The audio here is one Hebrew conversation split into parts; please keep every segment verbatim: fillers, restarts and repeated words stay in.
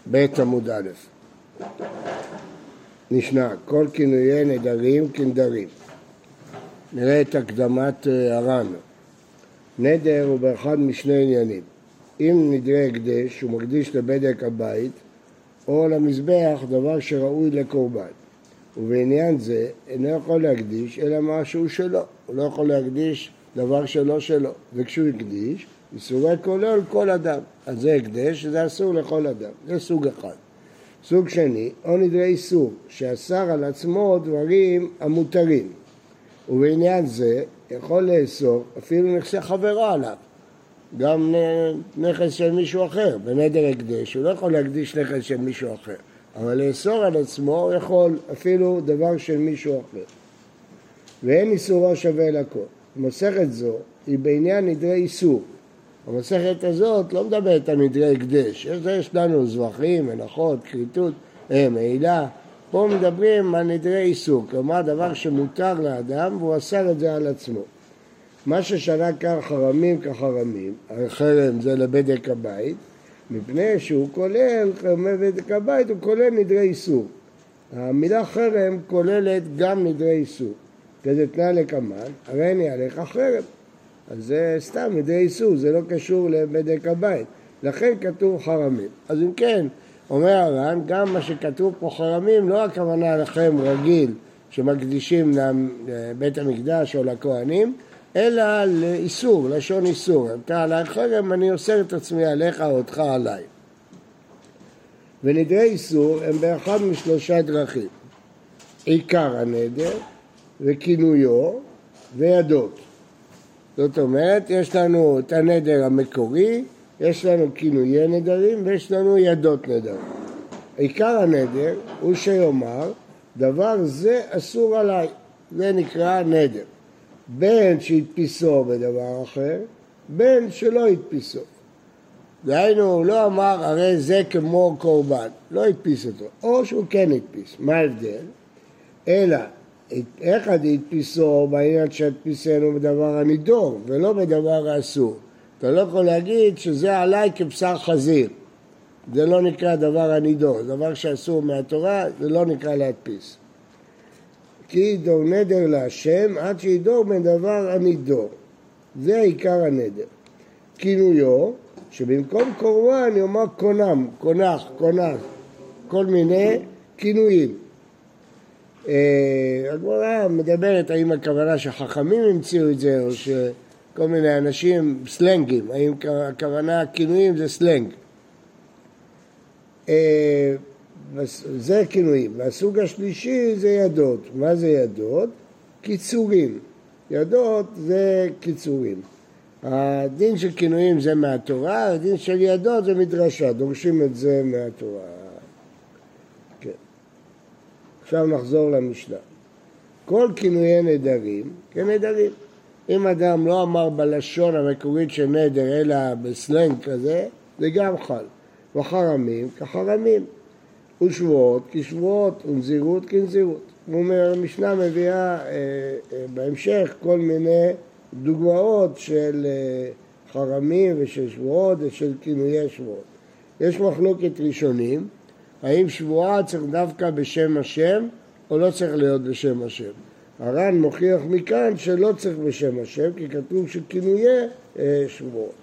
בית עמוד א'. נשנה, כל כינויי נדרים כנדרים. נראה את הקדמת הר"ן. נדר הוא באחד משני עניינים. אם נדרי הקדש הוא מקדיש לבדק הבית או למזבח דבר שראוי לקורבן. ובעניין זה אינו יכול להקדיש אלא משהו שלו. הוא לא יכול להקדיש דבר שלו שלו. וכשהוא הקדיש, איסורי כולל כל אדם. אז זה הקדש, שזה אסור לכל אדם. זה סוג אחד. סוג שני, או נדרי איסור, שאסר על עצמו דברים המותרים. ובעניין זה יכול לאסור אפילו נכסי חברו עליו. גם נכס של מישהו אחר. בנדר הקדש, הוא לא יכול להקדיש נכס של מישהו אחר. אבל לאסור על עצמו הוא יכול אפילו דבר של מישהו אחר. ואין איסורו שווה לכל. המסכת זו היא בעניין נדרי איסור. המסכת הזאת לא מדברת על נדרי הקדש. יש לנו זבחים, מנחות, כריתות, אה, מעילה. פה מדברים על נדרי איסור. כלומר דבר שמותר לאדם והוא אסר את זה על עצמו. מה ששנה כאן חרמים כחרמים, החרם זה לבדק הבית, מפני שהוא כולל, חרמי בדק הבית, הוא כולל נדרי איסור. המילה חרם כוללת גם נדרי איסור. כזה תנא לקמן, הרי אני עליך חרם. אז זה סתם נדרי איסור, זה לא קשור לבדק הבית. לכן כתוב חרמים. אז אם כן, אומר הר"ן, גם מה שכתוב פה חרמים, לא הכוונה לכם רגיל שמקדישים לבית המקדש או לכהנים, אלא לאיסור, לשון איסור. אתה עלי חרם, אני אוסר את עצמי עליך או אותך עליי. ונדרי איסור הם באחד משלושה דרכים. עיקר הנדר וכינויו וידות. זאת אומרת, יש לנו את הנדר המקורי, יש לנו כינויי נדרים ויש לנו ידות נדרים. עיקר הנדר הוא שיאמר, דבר זה אסור עליי. זה נקרא נדר. בין שהדפיסו בדבר אחר, בין שלא הדפיסו. דהיינו, הוא לא אמר, הרי זה כמו קורבן, לא הדפיס אותו, או שהוא כן הדפיס. מה ההבדל? אלא, איך הדפיסו בעניין שהדפיסנו בדבר הנידור, ולא בדבר האסור. אתה לא יכול להגיד שזה עליי כבשר חזיר. זה לא נקרא דבר הנידור, דבר שאסור מהתורה, זה לא נקרא להדפיס. כי ידור נדר להשם עד שידור מדבר הנידור. זה עיקר הנדר. כינויו, שבמקום קורבן יאמר קונם, קונח, קונח, כל מיני כינויים. הגמרא מדברת האם הכוונה שחכמים המציאו את זה, או שכל מיני אנשים סלנגים, האם הכוונה כינויים זה סלנג. זה כינויים. והסוג השלישי זה ידות. מה זה ידות? קיצורים. ידות זה קיצורים. הדין של כינויים זה מהתורה, הדין של ידות זה מדרשה. דורשים את זה מהתורה. כן. עכשיו נחזור למשנה. כל כינויי נדרים כנדרים. אם אדם לא אמר בלשון המקורית של נדר, אלא בסלנג כזה, זה גם חל. וחרמים כחרמים. ושבועות כשבועות, ונזירות כנזירות. הוא אומר, המשנה מביאה אה, אה, בהמשך כל מיני דוגמאות של אה, חרמים ושל שבועות ושל כינויי שבועות. יש מחלוקת ראשונים, האם שבועה צריך דווקא בשם השם או לא צריך להיות בשם השם. הר"ן מוכיח מכאן שלא צריך בשם השם, כי כתוב שכינויי אה, שבועות.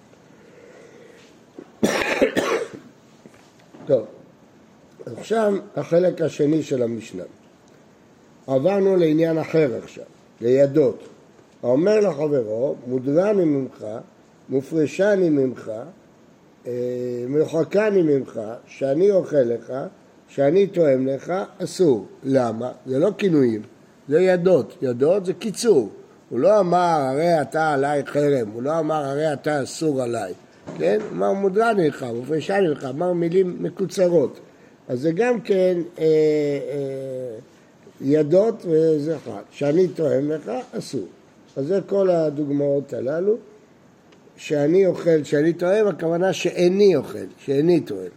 טוב. עכשיו החלק השני של המשנה. עברנו לעניין אחר עכשיו, לידות. האומר לחברו, מודרני ממך, מופרשני ממך, מרחקני ממך, שאני אוכל לך, שאני תואם לך, אסור. למה? זה לא כינויים, זה ידות. ידות זה קיצור. הוא לא אמר, הרי אתה עליי חרם, הוא לא אמר, הרי אתה אסור עליי. כן? הוא אמר, מודרני ממך, מופרשני ממך, אמר מילים מקוצרות. אז זה גם כן אה, אה, ידות וזה אחד. שאני תואם לך, אסור. אז זה כל הדוגמאות הללו. שאני אוכל, שאני תואם, הכוונה שאיני אוכל, שאיני תואם.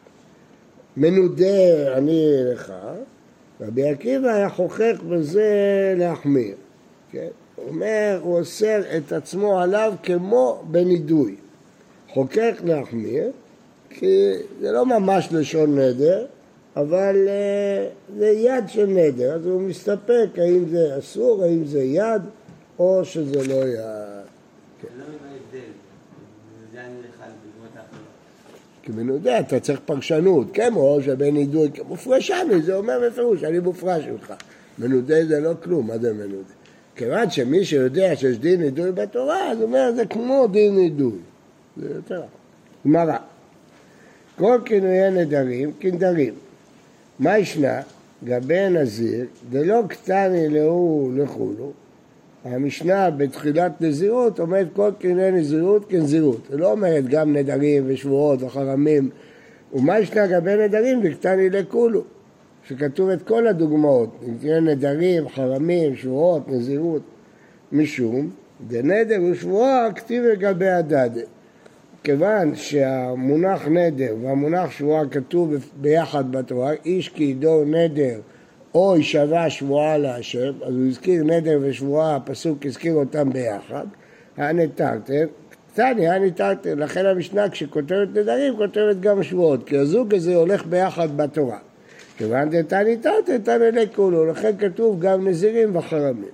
מנודה אני לך, רבי עקיבא היה חוכך בזה להחמיר. כן? הוא אומר, הוא אוסר את עצמו עליו כמו בנידוי. חוכך להחמיר, כי זה לא ממש לשון נדר, אבל זה יד של נדר, אז הוא מסתפק האם זה אסור, האם זה יד, או שזה לא יד. לא מה ההבדל, זה אני לך בגמות האחרות. כי מנודה אתה צריך פרשנות, כמו שבין נידוי, מופרשני, זה אומר בפירוש, אני מופרש ממך. מנודה זה לא כלום, מה זה מנודה? כיוון שמי שיודע שיש דין נידוי בתורה, אז הוא אומר, זה כמו דין נידוי. זה יותר רע. גמרא. כל כינויי נדרים, כנדרים. מה ישנה? גבי נזיר, דלא קטני להוא לכולו. המשנה בתחילת נזירות אומרת כל כינויי נזירות כנזירות. היא לא אומרת גם נדרים ושבועות וחרמים. ומה ישנה גבי נדרים? דקטני לכולו. שכתוב את כל הדוגמאות. נדרים, חרמים, שבועות, נזירות. משום, דנדר ושבועה כתיב לגבי הדד. כיוון שהמונח נדר והמונח שבועה כתוב ביחד בתורה, איש כי ידור נדר או ישבע שבועה להשם, אז הוא הזכיר נדר ושבועה, הפסוק הזכיר אותם ביחד, הנתרתם, קטני, הנתרתם, לכן המשנה כשכותבת נדרים כותבת גם שבועות, כי הזוג הזה הולך ביחד בתורה. כיוון דתניתרתם, תנהלי כולו, לכן כתוב גם נזירים וחרמים.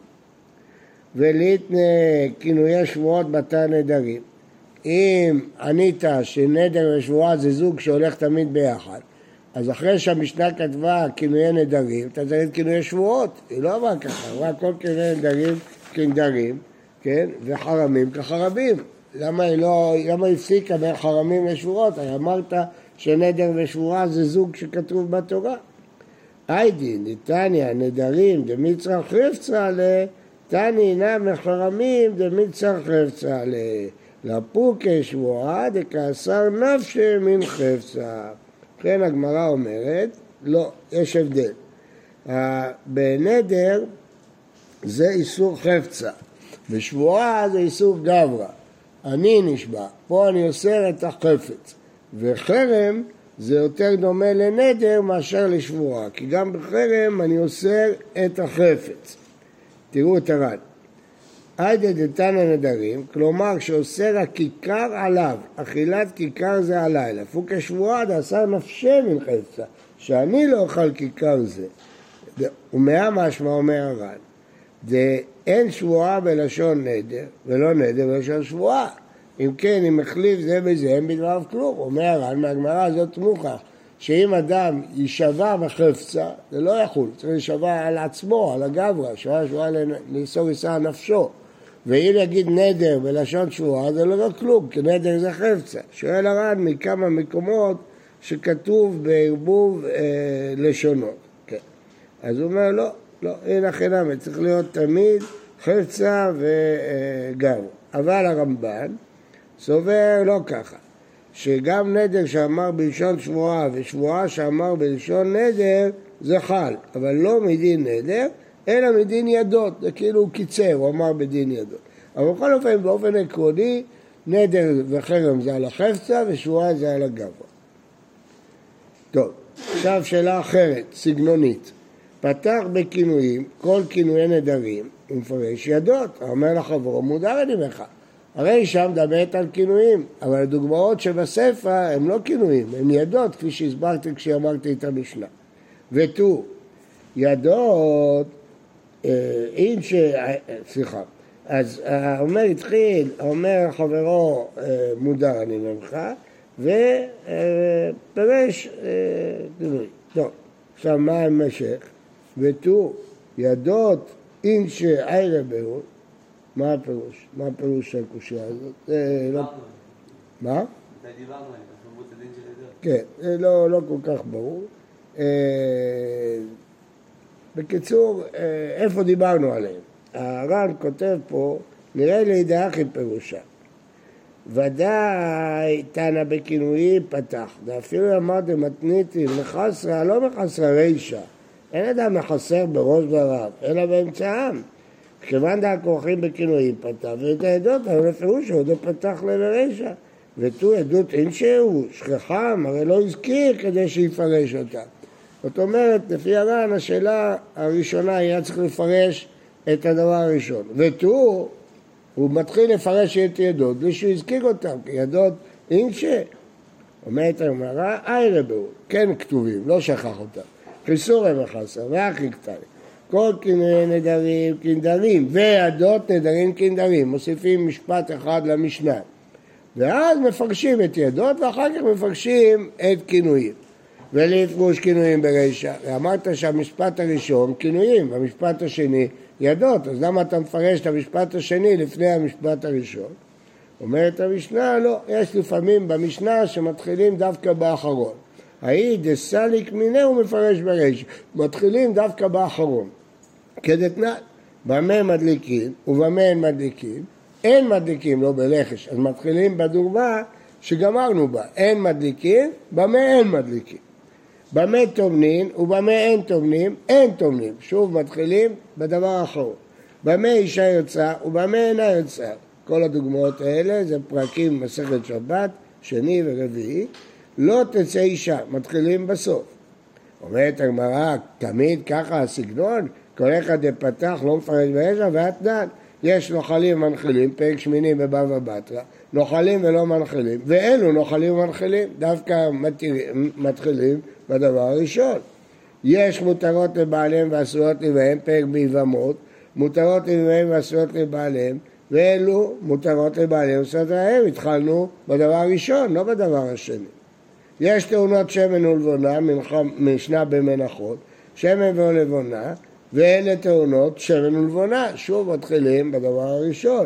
וליתנה כינויי שבועות בתא נדרים. אם ענית שנדר ושבועה זה זוג שהולך תמיד ביחד, אז אחרי שהמשנה כתבה כינויי נדרים, אתה צריך כינויי שבועות, היא לא אמרה ככה, אמרה כל כינויי נדרים כנדרים, כן, וחרמים כחרמים. למה היא לא, למה היא הפסיקה בין חרמים לשבועות? אמרת שנדר ושבועה זה זוג שכתוב בתורה. היידי, ניתניה, נדרים, דמיצרח חפצה ל... תני נם מחרמים דמיצרח חפצה ל... לפוקה שבועה דכעשר נפשי מן חפצה. כן הגמרא אומרת, לא, יש הבדל. בנדר זה איסור חפצה, בשבועה זה איסור גברא. אני נשבע, פה אני אוסר את החפץ, וחרם זה יותר דומה לנדר מאשר לשבועה, כי גם בחרם אני אוסר את החפץ. תראו את הר"ן. עד דתנא נדרים, כלומר שאוסר הכיכר עליו, אכילת כיכר זה עליי, לפוקה שבועה דאסר נפשי מן חפצה, שאני לא אוכל כיכר זה. ומאה משמע אומר הר"ן, אין שבועה בלשון נדר, ולא נדר בלשון שבועה. אם כן, אם החליף זה בזה, אין בדבריו כלום. אומר הר"ן, מהגמרא הזאת מוכח, שאם אדם יישבע בחפצה, זה לא יכול, צריך להישבע על עצמו, על הגברא, שבועה שבועה לאסור יישא נפשו. ואם יגיד נדר בלשון שבועה, זה לא כלום, כי נדר זה חפצה. שואל הר"ן מכמה מקומות שכתוב בערבוב אה, לשונות. כן. אז הוא אומר, לא, לא, אין החינם, צריך להיות תמיד חפצה וגברא. אבל הרמב"ן סובר לא ככה, שגם נדר שאמר בלשון שבועה ושבועה שאמר בלשון נדר, זה חל, אבל לא מדין נדר, אלא מדין ידות, זה כאילו הוא קיצר, הוא אמר בדין ידות. אבל בכל אופן, באופן עקרוני, נדר וחרם זה על החפצה ושבועה זה על הגברא. טוב, עכשיו שאלה אחרת, סגנונית. פתח בכינויים, כל כינויי נדרים, הוא מפרש ידות, אומר לחברו, מודר אני לך. הרי שם דמת על כינויים, אבל הדוגמאות שבספר הם לא כינויים, הם ידות, כפי שהסברתי כשאמרתי את המשנה. ותו, ידות, אין ש... סליחה, אז אומר התחיל, אומר חברו מודר אני ממך, ופרש כינוי. טוב, עכשיו מה המשך? ותו, ידות, אין שעירה בהו, מה הפירוש? מה הפירוש של הקושיה הזאת? דיברנו. מה? דיברנו עליהם, אנחנו את הדין של ידות. כן, זה לא, לא כל כך ברור. בקיצור, איפה דיברנו עליהם? הר"ן כותב פה, נראה לי דאחי פירושה. ודאי תנא בכינויים פתח, ואפילו אמרתם מתניתי מחסרה, לא מחסרה רישה. אין אדם מחסר בראש דבריו, אלא באמצעם. כיוון דא הכורחים בכינויים פתח, ואת העדות, אבל לפירוש הוא לא פתח לרישה. ותו עדות אין שהוא, שכחם, הרי לא הזכיר כדי שיפרש אותה. זאת אומרת, לפי הר"ן, השאלה הראשונה היה צריך לפרש את הדבר הראשון. ותו, הוא מתחיל לפרש את ידות, בלי שהוא הזכיר אותם, כי ידות אין ש... אומרת הגמרא, אי רבו, כן כתובים, לא שכח אותם. חיסורי מחסר, ואחי קטני. כל כינויי נדרים כנדרים, וידות נדרים כנדרים. מוסיפים משפט אחד למשנה. ואז מפרשים את ידות, ואחר כך מפרשים את כינויים. ולהפרוש כינויים ברישא. ואמרת שהמשפט הראשון כינויים, והמשפט השני ידות. אז למה אתה מפרש את המשפט השני לפני המשפט הראשון? אומרת המשנה, לא, יש לפעמים במשנה שמתחילים דווקא באחרון. ההיא דסליק מינהו מפרש ברישא. מתחילים דווקא באחרון. כדתנן, במה מדליקים ובמה אין מדליקים? אין מדליקים, לא בלחש. אז מתחילים בדוגמה שגמרנו בה. אין מדליקים, במה אין מדליקים. במה טומנים ובמה אין טומנים, אין טומנים. שוב מתחילים בדבר האחרון. במה אישה יוצאה ובמה אינה יוצאה. כל הדוגמאות האלה זה פרקים מסכת שבת, שני ורביעי. לא תצא אישה, מתחילים בסוף. אומרת הגמרא, תמיד ככה הסגנון, כל אחד דפתח לא מפרש ברישא ואתנן. יש נוחלים ומנחילים, פרק שמיני בבבא בתרא, נוחלים ולא מנחילים, ואלו נוחלים ומנחילים, דווקא מתחילים בדבר הראשון. יש מותרות לבעליהם ואסורות לבהם, פרק ביבמות, מותרות לבהם ואסורות לבעליהם, ואלו מותרות לבעליהם ואסורות לבהם. התחלנו בדבר הראשון, לא בדבר השני. יש תאונות שמן ולבונה, משנה במנחות, שמן ולבונה, ואלה תאונות שמן ולבונה, שוב מתחילים בדבר הראשון.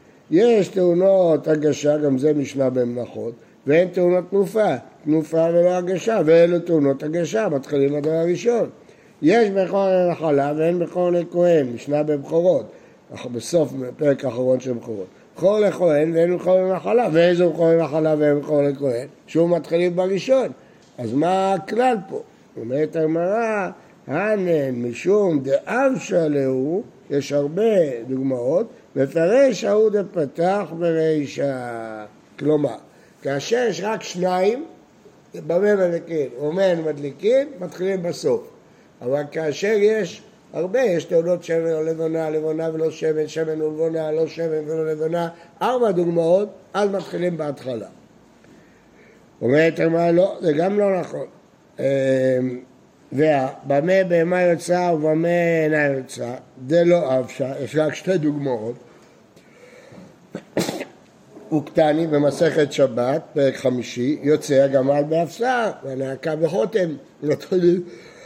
יש תאונות הגשה, גם זה משנה במנחות, ואין תאונות תנופה, תנופה ולא הגשה, ואלה תאונות הגשה, מתחילים בדבר הראשון. יש בכור לנחלה ואין בכור לכהן, משנה בבכורות, בסוף פרק האחרון של בכורות. בכור לכהן ואין בכור לנחלה, ואיזו בכור לנחלה ואין בכור לכהן, שוב מתחילים בראשון. אז מה הכלל פה? אומרת הגמרא, הנן משום דאבשא להו, יש הרבה דוגמאות, מפרש ההוא דפתח ברישא. כלומר, כאשר יש רק שניים, במה מדליקים, ומה מדליקים, מתחילים בסוף. אבל כאשר יש הרבה, יש תאונות שמן או לבונה, לבונה ולא שמן, שמן ולבונה, לא שמן ולא לבונה, ארבע דוגמאות, אז מתחילים בהתחלה. אומרת הגמרא, לא, זה גם לא נכון. ובמה בהמה יוצאה ובמה אינה יוצאה, זה לא אבשא, יש רק שתי דוגמאות. וקטני במסכת שבת, פרק חמישי, יוצא הגמל באפסה, והנעקה בחותם, מתחילים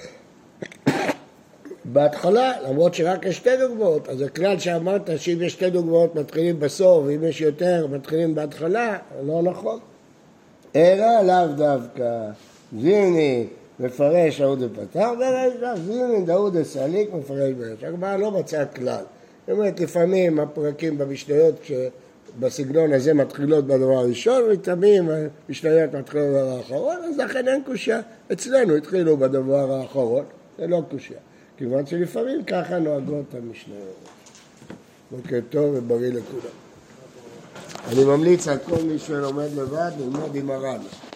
בהתחלה, למרות שרק יש שתי דוגמאות, אז הכלל שאמרת שאם יש שתי דוגמאות מתחילים בסוף, ואם יש יותר מתחילים בהתחלה, לא נכון. אלא לאו דווקא, זיני מפרש ההוא דפתח ברישא, זיני דהוא דסליק מפרש ברישא. הגמרא לא מצא כלל. זאת אומרת, לפעמים הפרקים במשניות בסגנון הזה מתחילות בדבר הראשון, ולפעמים המשניות מתחילות בדבר האחרון, אז לכן אין קושיה. אצלנו התחילו בדבר האחרון, זה לא קושיה. כיוון שלפעמים ככה נוהגות המשניות. בוקר טוב ובריא לכולם. אני ממליץ על כל מי שלומד לבד ללמוד עם הר"ן.